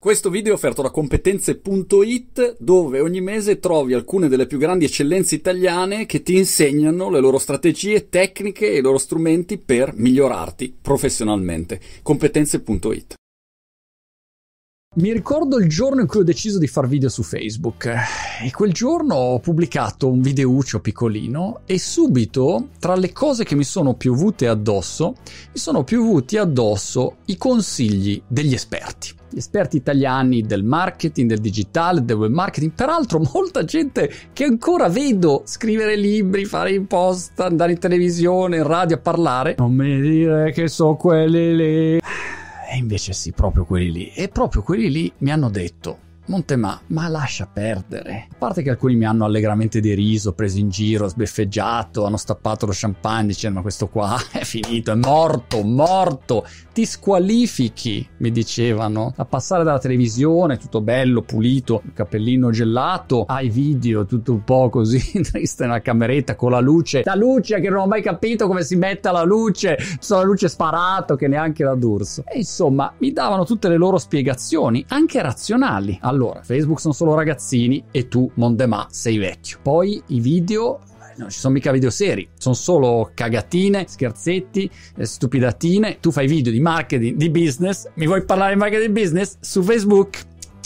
Questo video è offerto da competenze.it, dove ogni mese trovi alcune delle più grandi eccellenze italiane che ti insegnano le loro strategie, tecniche e i loro strumenti per migliorarti professionalmente. Competenze.it. Mi ricordo il giorno in cui ho deciso di far video su Facebook e quel giorno ho pubblicato un videuccio piccolino e subito, tra le cose che mi sono piovute addosso, i consigli degli esperti. Gli esperti italiani del marketing, del digitale, del web marketing. Peraltro molta gente che ancora vedo scrivere libri, fare i post, andare in televisione, in radio a parlare. Non mi dire che so quelli lì. E invece sì, proprio quelli lì. E proprio quelli lì mi hanno detto: Montemà, ma lascia perdere. A parte che alcuni mi hanno allegramente deriso, preso in giro, sbeffeggiato, hanno stappato lo champagne dicendo: ma questo qua è finito, è morto, ti squalifichi, mi dicevano, a passare dalla televisione tutto bello, pulito, il cappellino gelato, ai video tutto un po' così triste nella cameretta con la luce che non ho mai capito come si metta la luce, la luce sparato che neanche la D'Urso. E insomma mi davano tutte le loro spiegazioni, anche razionali. Allora, Facebook sono solo ragazzini e tu, Mondemà, sei vecchio. Poi i video, non ci sono mica video seri, sono solo cagatine, scherzetti, stupidatine. Tu fai video di marketing, di business, mi vuoi parlare di marketing di business su Facebook?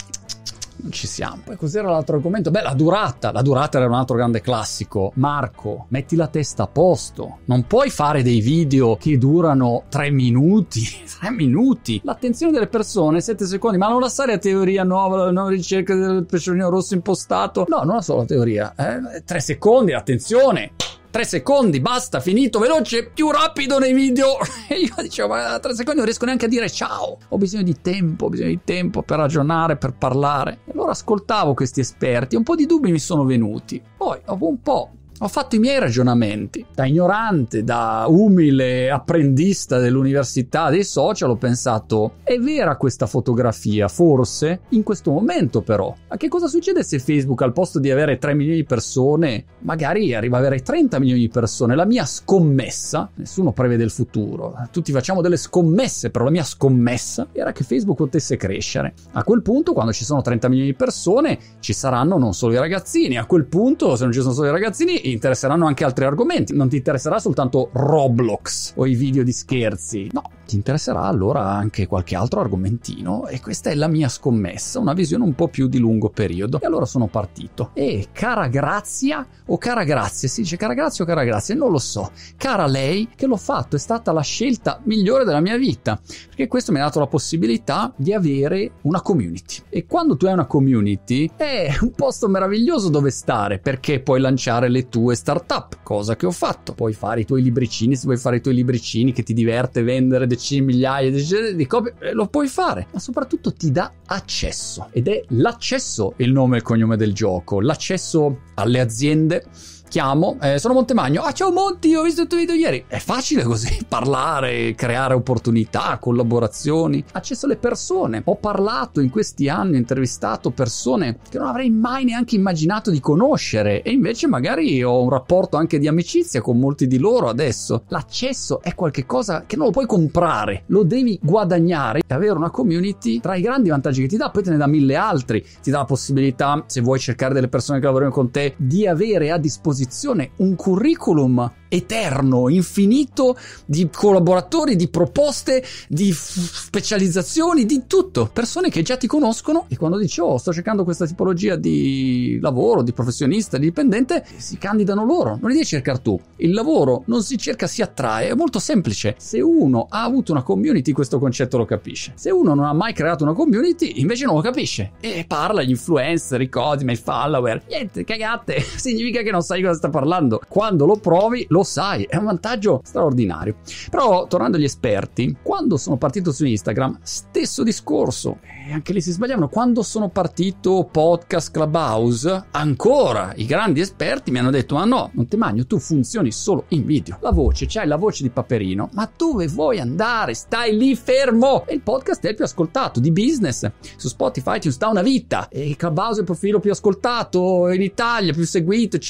Non ci siamo. Poi cos'era l'altro argomento? Beh, la durata era un altro grande classico. Marco, metti la testa a posto, non puoi fare dei video che durano 3 minuti. L'attenzione delle persone 7 secondi. Ma non la sai la teoria nuova, la nuova ricerca del pesciolino rosso impostato? No, non la so la teoria. 3 secondi, attenzione. 3 secondi, basta, finito, veloce, più rapido nei video. E io dicevo: ma 3 secondi non riesco neanche a dire ciao. Ho bisogno di tempo per ragionare, per parlare. E allora ascoltavo questi esperti, un po' di dubbi mi sono venuti. Poi dopo un po' ho fatto i miei ragionamenti. Da ignorante, da umile apprendista dell'università, dei social, ho pensato: è vera questa fotografia? Forse? In questo momento però. Ma che cosa succede se Facebook, al posto di avere 3 milioni di persone, magari arriva ad avere 30 milioni di persone? La mia scommessa, nessuno prevede il futuro, tutti facciamo delle scommesse, però la mia scommessa era che Facebook potesse crescere. A quel punto, quando ci sono 30 milioni di persone, ci saranno non solo i ragazzini. A quel punto, se non ci sono solo i ragazzini, interesseranno anche altri argomenti. Non ti interesserà soltanto Roblox o i video di scherzi, no, ti interesserà allora anche qualche altro argomentino. E questa è la mia scommessa, una visione un po' più di lungo periodo. E allora sono partito. E cara Grazia o cara Grazia, si dice cara Grazia o cara Grazia, non lo so, cara lei, che l'ho fatto, è stata la scelta migliore della mia vita, perché questo mi ha dato la possibilità di avere una community. E quando tu hai una community è un posto meraviglioso dove stare, perché puoi lanciare le tue startup, cosa che ho fatto. Puoi fare i tuoi libricini, se vuoi fare i tuoi libricini che ti diverte vendere decine, migliaia di copie, lo puoi fare, ma soprattutto ti dà accesso, ed è l'accesso il nome e il cognome del gioco, l'accesso alle aziende. Chiamo, sono Montemagno. Ah, ciao Monti, ho visto il tuo video ieri. È facile così, parlare, creare opportunità, collaborazioni, accesso alle persone. Ho parlato in questi anni, ho intervistato persone che non avrei mai neanche immaginato di conoscere, e invece magari ho un rapporto anche di amicizia con molti di loro adesso. L'accesso è qualcosa che non lo puoi comprare, lo devi guadagnare. E avere una community, tra i grandi vantaggi che ti dà, poi te ne dà 1000 altri. Ti dà la possibilità, se vuoi cercare delle persone che lavorano con te, di avere a disposizione un curriculum eterno, infinito, di collaboratori, di proposte, di specializzazioni, di tutto. Persone che già ti conoscono, e quando dici: oh, sto cercando questa tipologia di lavoro, di professionista, di dipendente, si candidano loro. Non li devi cercare tu. Il lavoro non si cerca, si attrae. È molto semplice. Se uno ha avuto una community, questo concetto lo capisce. Se uno non ha mai creato una community, invece non lo capisce. E parla agli influencer, i codi, ma i follower. Niente, cagate. Significa che non sai cosa sta parlando. Quando lo provi, lo sai, è un vantaggio straordinario. Però tornando agli esperti, quando sono partito su Instagram, stesso discorso, e anche lì si sbagliavano. Quando sono partito podcast, Clubhouse, ancora i grandi esperti mi hanno detto: ma no, Montemagno, tu funzioni solo in video, la voce, c'hai la voce di Paperino, ma dove vuoi andare? Stai lì fermo. E il podcast è il più ascoltato di business su Spotify, ti sta una vita, e Clubhouse è il profilo più ascoltato in Italia, più seguito, 111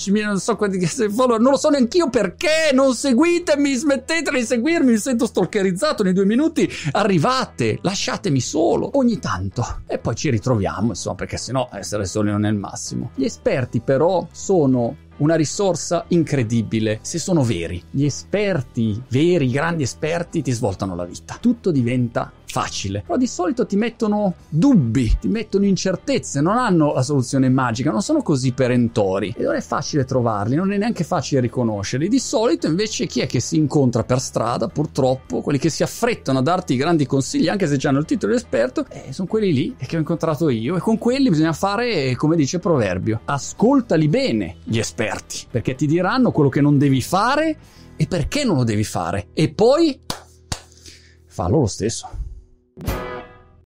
10.000, non so quanti follower, non lo so neanch'io perché, non seguitemi, smettete di seguirmi, mi sento stalkerizzato nei 2 minuti, arrivate, lasciatemi solo, ogni tanto, e poi ci ritroviamo, insomma, perché sennò essere soli non è il massimo. Gli esperti però sono una risorsa incredibile se sono veri. Gli esperti veri, i grandi esperti ti svoltano la vita. Tutto diventa facile, però di solito ti mettono dubbi, ti mettono incertezze, non hanno la soluzione magica, non sono così perentori e non è facile trovarli, non è neanche facile riconoscerli. Di solito invece chi è che si incontra per strada, purtroppo, quelli che si affrettano a darti i grandi consigli anche se hanno il titolo di esperto, sono quelli lì che ho incontrato io, e con quelli bisogna fare, come dice il proverbio, ascoltali bene gli esperti, perché ti diranno quello che non devi fare e perché non lo devi fare, e poi fallo lo stesso.